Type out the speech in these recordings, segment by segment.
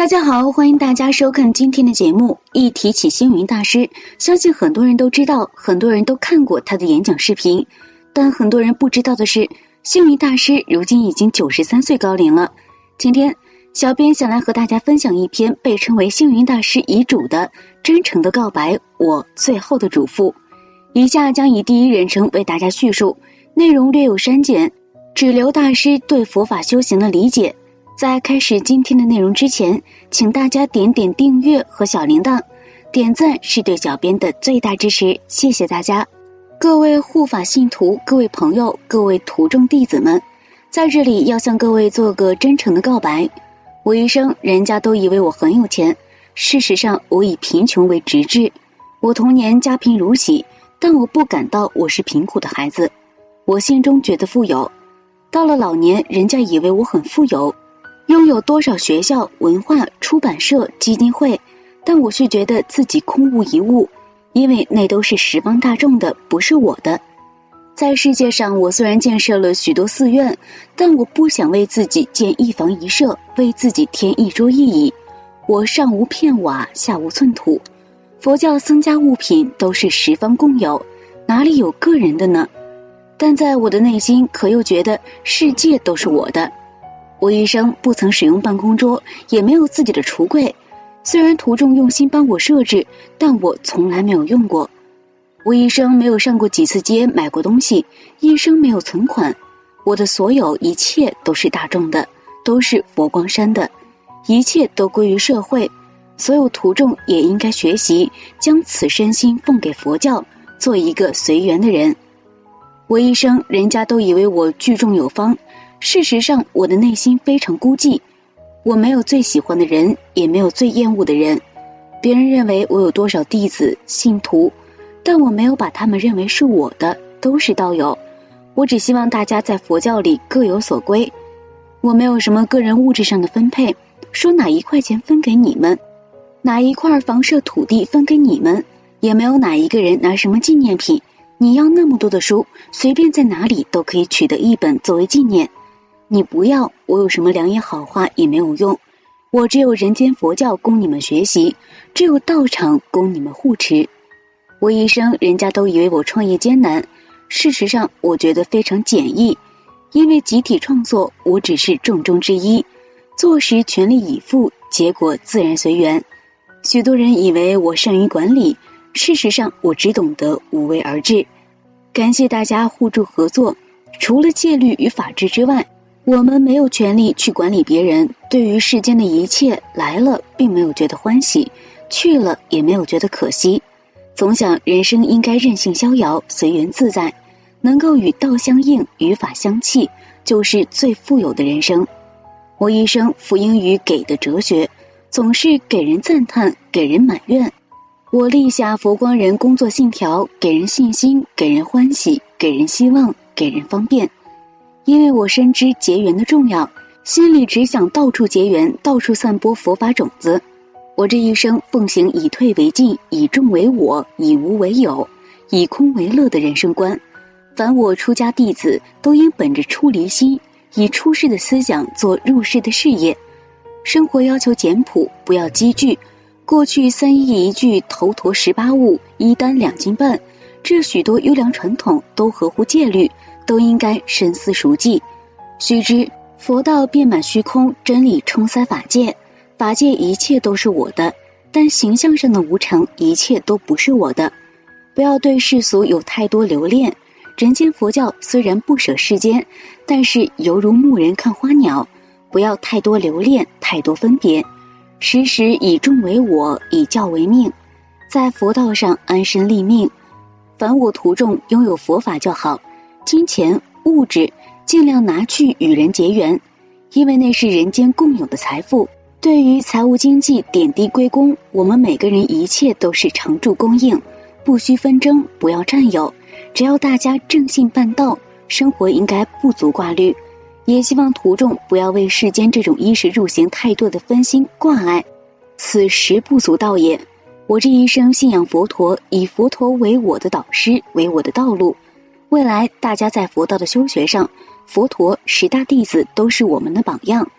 大家好，欢迎大家收看今天的节目。一提起星云大师，相信很多人都知道，很多人都看过他的演讲视频，但很多人不知道的是，星云大师如今已经93岁高龄了。今天小编想来和大家分享一篇被称为星云大师遗嘱的真诚的告白，我最后的嘱咐。以下将以第一人称为大家叙述，内容略有删减，只留大师对佛法修行的理解。在开始今天的内容之前，请大家点点订阅和小铃铛，点赞是对小编的最大支持，谢谢大家。各位护法信徒，各位朋友，各位徒众弟子们，在这里要向各位做个真诚的告白。我一生人家都以为我很有钱，事实上我以贫穷为直至。我童年家贫如洗，但我不感到我是贫苦的孩子，我心中觉得富有。到了老年，人家以为我很富有，拥有多少学校、文化、出版社、基金会，但我却觉得自己空无一物，因为那都是十方大众的，不是我的。在世界上，我虽然建设了许多寺院，但我不想为自己建一房一舍，为自己添一桌一椅。我上无片瓦，下无寸土，佛教僧家物品都是十方共有，哪里有个人的呢？但在我的内心可又觉得世界都是我的。我一生不曾使用办公桌，也没有自己的橱柜，虽然徒众用心帮我设置，但我从来没有用过。我一生没有上过几次街买过东西，一生没有存款。我的所有一切都是大众的，都是佛光山的，一切都归于社会，所有徒众也应该学习将此身心奉给佛教，做一个随缘的人。我一生人家都以为我聚众有方，事实上我的内心非常孤寂，我没有最喜欢的人，也没有最厌恶的人。别人认为我有多少弟子信徒，但我没有把他们认为是我的，都是道友。我只希望大家在佛教里各有所归，我没有什么个人物质上的分配，说哪一块钱分给你们，哪一块房舍土地分给你们，也没有哪一个人拿什么纪念品。你要那么多的书，随便在哪里都可以取得一本作为纪念，你不要，我有什么良言好话也没有用，我只有人间佛教供你们学习，只有道场供你们护持。我一生人家都以为我创业艰难，事实上我觉得非常简易，因为集体创作我只是众中之一，做时全力以赴，结果自然随缘。许多人以为我善于管理，事实上我只懂得无为而治。感谢大家互助合作，除了戒律与法治之外，我们没有权利去管理别人，对于世间的一切，来了并没有觉得欢喜，去了也没有觉得可惜。总想人生应该任性逍遥，随缘自在，能够与道相应，与法相契，就是最富有的人生。我一生服膺于给的哲学，总是给人赞叹，给人埋怨。我立下佛光人工作信条，给人信心，给人欢喜，给人希望，给人方便。因为我深知结缘的重要，心里只想到处结缘，到处散播佛法种子。我这一生奉行以退为进，以众为我，以无为有，以空为乐的人生观。凡我出家弟子都应本着出离心，以出世的思想做入世的事业。生活要求简朴，不要积聚。过去3衣1具，头陀18物，1担2斤半，这许多优良传统都合乎戒律，都应该深思熟记。须知佛道遍满虚空，真理充塞法界，法界一切都是我的，但形象上的无常，一切都不是我的。不要对世俗有太多留恋，人间佛教虽然不舍世间，但是犹如牧人看花鸟，不要太多留恋，太多分别，时时以众为我，以教为命，在佛道上安身立命。凡我徒众拥有佛法就好，金钱物质尽量拿去与人结缘，因为那是人间共有的财富。对于财务经济点滴归功，我们每个人一切都是常住供应，不需纷争，不要占有，只要大家正信办道，生活应该不足挂虑。也希望徒众不要为世间这种衣食住行太多的分心挂碍，此时不足道也。我这一生信仰佛陀，以佛陀为我的导师，为我的道路。未来大家在佛道的修学上，佛陀10大弟子都是我们的榜样。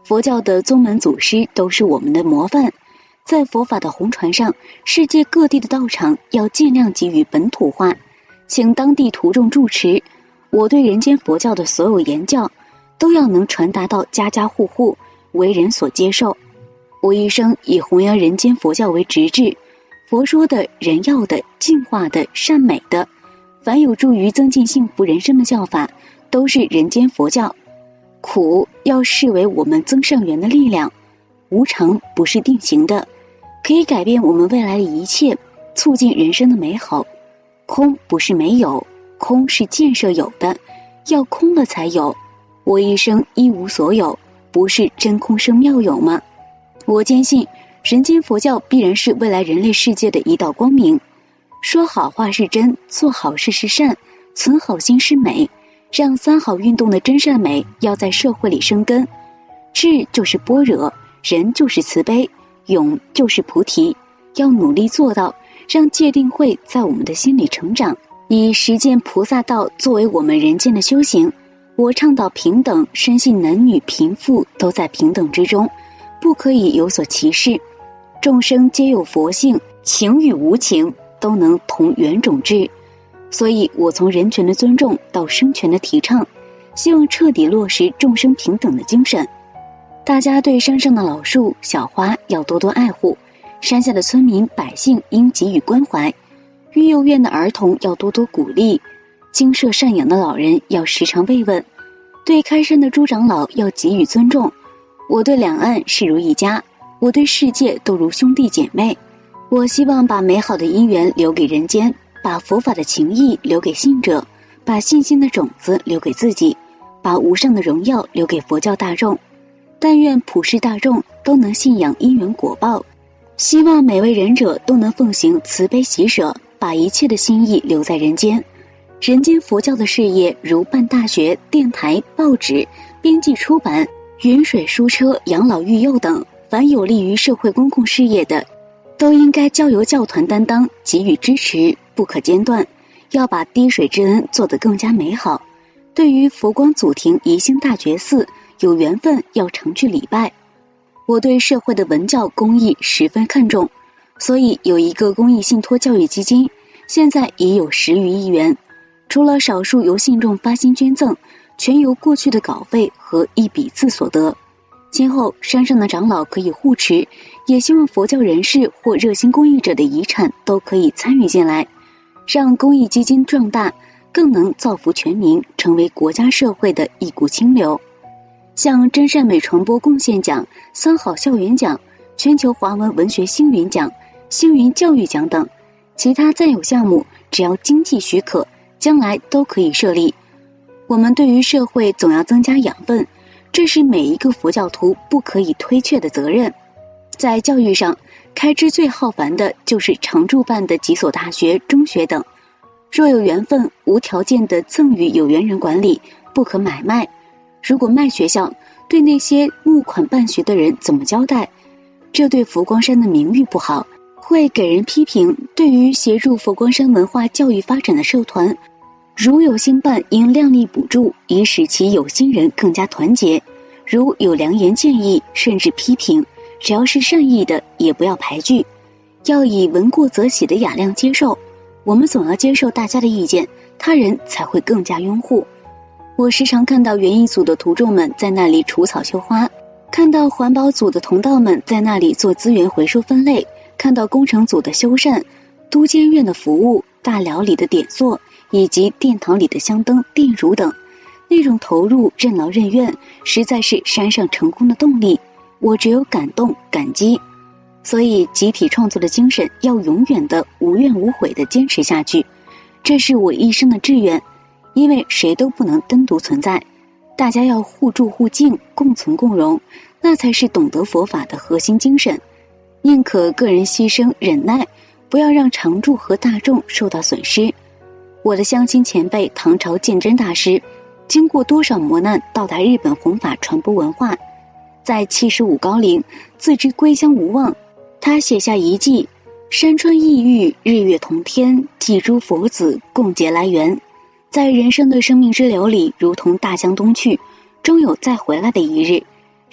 佛教的宗门祖师都是我们的模范，在佛法的红船上，世界各地的道场要尽量给予本土化，请当地徒众住持。我对人间佛教的所有言教都要能传达到家家户户，为人所接受。我一生以弘扬人间佛教为直至，佛说的、人要的、净化的、善美的，凡有助于增进幸福人生的教法，都是人间佛教。苦要视为我们增上缘的力量，无常不是定型的，可以改变我们未来的一切，促进人生的美好。空不是没有，空是建设有的，要空了才有。我一生一无所有，不是真空生妙有吗？我坚信人间佛教必然是未来人类世界的一道光明。说好话是真，做好事是善，存好心是美，让三好运动的真善美要在社会里生根。智就是般若，仁就是慈悲，勇就是菩提，要努力做到，让戒定慧在我们的心里成长，以实践菩萨道作为我们人间的修行。我倡导平等，深信男女贫富都在平等之中，不可以有所歧视，众生皆有佛性，情与无情都能同源种质。所以我从人权的尊重到生权的提倡，希望彻底落实众生平等的精神。大家对山上的老树小花要多多爱护，山下的村民百姓应给予关怀，育幼院的儿童要多多鼓励，精舍赡养的老人要时常慰问，对开山的诸长老要给予尊重。我对两岸视如一家，我对世界都如兄弟姐妹。我希望把美好的因缘留给人间，把佛法的情谊留给信者，把信心的种子留给自己，把无上的荣耀留给佛教大众。但愿普世大众都能信仰因缘果报，希望每位仁者都能奉行慈悲喜舍，把一切的心意留在人间。人间佛教的事业如办大学、电台、报纸、编辑出版、云水书车、养老育幼等，凡有利于社会公共事业的，都应该交由教团担当，给予支持，不可间断，要把滴水之恩做得更加美好。对于佛光祖庭宜兴大觉寺，有缘分要常去礼拜。我对社会的文教公益十分看重，所以有一个公益信托教育基金，现在已有10余亿元，除了少数由信众发心捐赠，全由过去的稿费和一笔字所得。今后山上的长老可以护持，也希望佛教人士或热心公益者的遗产都可以参与进来，让公益基金壮大，更能造福全民，成为国家社会的一股清流。像真善美传播贡献奖、三好校园奖、全球华文文学星云奖、星云教育奖等，其他再有项目，只要经济许可，将来都可以设立。我们对于社会总要增加养分，这是每一个佛教徒不可以推却的责任。在教育上，开支最浩繁的就是常驻办的几所大学、中学等，若有缘分，无条件的赠与有缘人管理，不可买卖。如果卖学校，对那些募款办学的人怎么交代？这对佛光山的名誉不好，会给人批评。对于协助佛光山文化教育发展的社团，如有兴办，应量力补助，以使其有心人更加团结。如有良言建议，甚至批评，只要是善意的，也不要排拒，要以闻过则喜的雅量接受。我们总要接受大家的意见，他人才会更加拥护。我时常看到园艺组的徒众们在那里除草修花，看到环保组的同道们在那里做资源回收分类，看到工程组的修缮、都监院的服务、大寮里的点塑，以及殿堂里的香灯、电炉等，那种投入、任劳任怨，实在是山上成功的动力。我只有感动、感激。所以集体创作的精神要永远的无怨无悔的坚持下去，这是我一生的志愿。因为谁都不能单独存在，大家要互助互敬，共存共荣，那才是懂得佛法的核心精神。宁可个人牺牲忍耐，不要让常住和大众受到损失。我的乡亲前辈唐朝鉴真大师，经过多少磨难到达日本弘法传播文化，在75高龄自知归乡无望，他写下遗偈：山川异域，日月同天，祭诸佛子，共结来缘。在人生的生命之流里，如同大江东去，终有再回来的一日。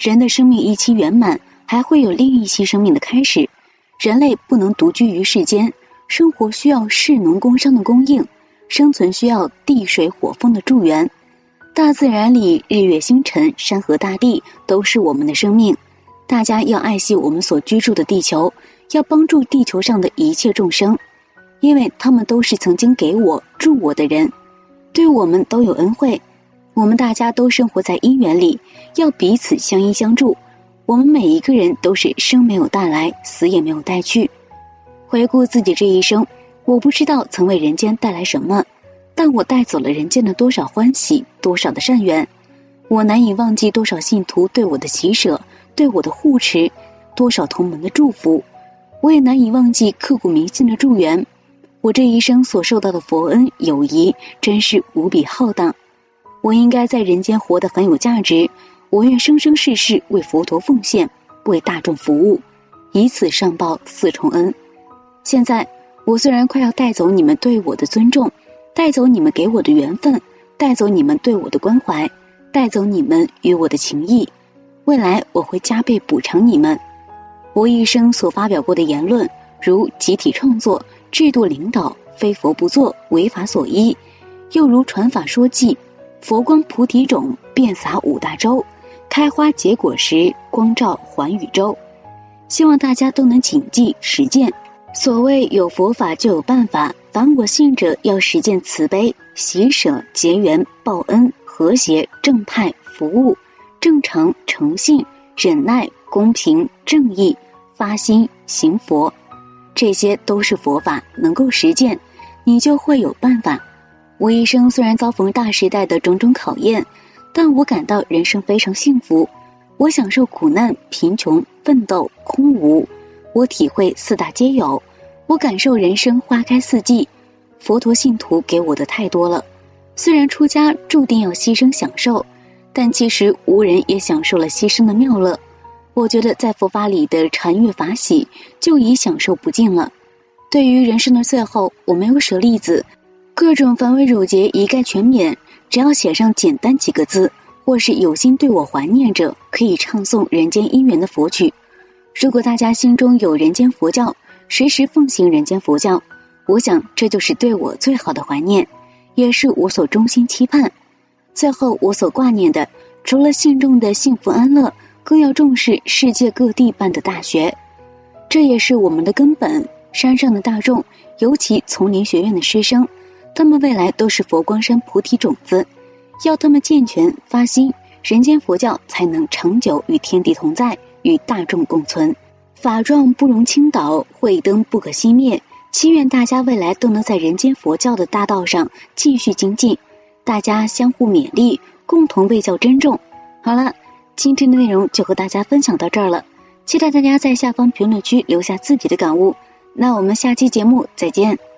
人的生命一期圆满，还会有另一期生命的开始。人类不能独居于世间，生活需要士农工商的供应，生存需要地水火风的助缘。大自然里日月星辰、山河大地都是我们的生命，大家要爱惜我们所居住的地球，要帮助地球上的一切众生，因为他们都是曾经给我助我的人，对我们都有恩惠。我们大家都生活在因缘里，要彼此相依相助。我们每一个人都是生没有带来，死也没有带去。回顾自己这一生，我不知道曾为人间带来什么，但我带走了人间的多少欢喜，多少的善缘。我难以忘记多少信徒对我的喜舍，对我的护持，多少同门的祝福。我也难以忘记刻骨铭心的祝愿。我这一生所受到的佛恩友谊真是无比浩荡。我应该在人间活得很有价值，我愿生生世世为佛陀奉献，为大众服务，以此上报四重恩。现在我虽然快要带走你们对我的尊重，带走你们给我的缘分，带走你们对我的关怀，带走你们与我的情谊，未来我会加倍补偿你们。我一生所发表过的言论，如集体创作、制度领导、非佛不做、违法所依，又如传法说记、佛光菩提种遍洒五大洲，开花结果时光照环宇宙。希望大家都能谨记实践。所谓有佛法就有办法，凡我信者要实践慈悲、喜舍、结缘、报恩、和谐、正派、服务、正常、诚信、忍耐、公平、正义、发心、行佛，这些都是佛法，能够实践，你就会有办法。我一生虽然遭逢大时代的种种考验，但我感到人生非常幸福。我享受苦难、贫穷、奋斗、空无，我体会四大皆有，我感受人生花开四季。佛陀信徒给我的太多了，虽然出家注定要牺牲享受，但其实无人也享受了牺牲的妙乐。我觉得在佛法里的禅悦法喜就已享受不尽了。对于人生的最后，我没有舍利子，各种繁文缛节一概全免，只要写上简单几个字，或是有心对我怀念者，可以唱诵人间因缘的佛曲。如果大家心中有人间佛教，时时奉行人间佛教，我想这就是对我最好的怀念，也是我所衷心期盼。最后我所挂念的，除了信众的幸福安乐，更要重视世界各地办的大学，这也是我们的根本。山上的大众，尤其丛林学院的师生，他们未来都是佛光山菩提种子，要他们健全发心，人间佛教才能长久与天地同在，与大众共存。法幢不容倾倒，慧灯不可熄灭，祈愿大家未来都能在人间佛教的大道上继续精进，大家相互勉励，共同为教珍重。好了，今天的内容就和大家分享到这儿了，期待大家在下方评论区留下自己的感悟。那我们下期节目再见。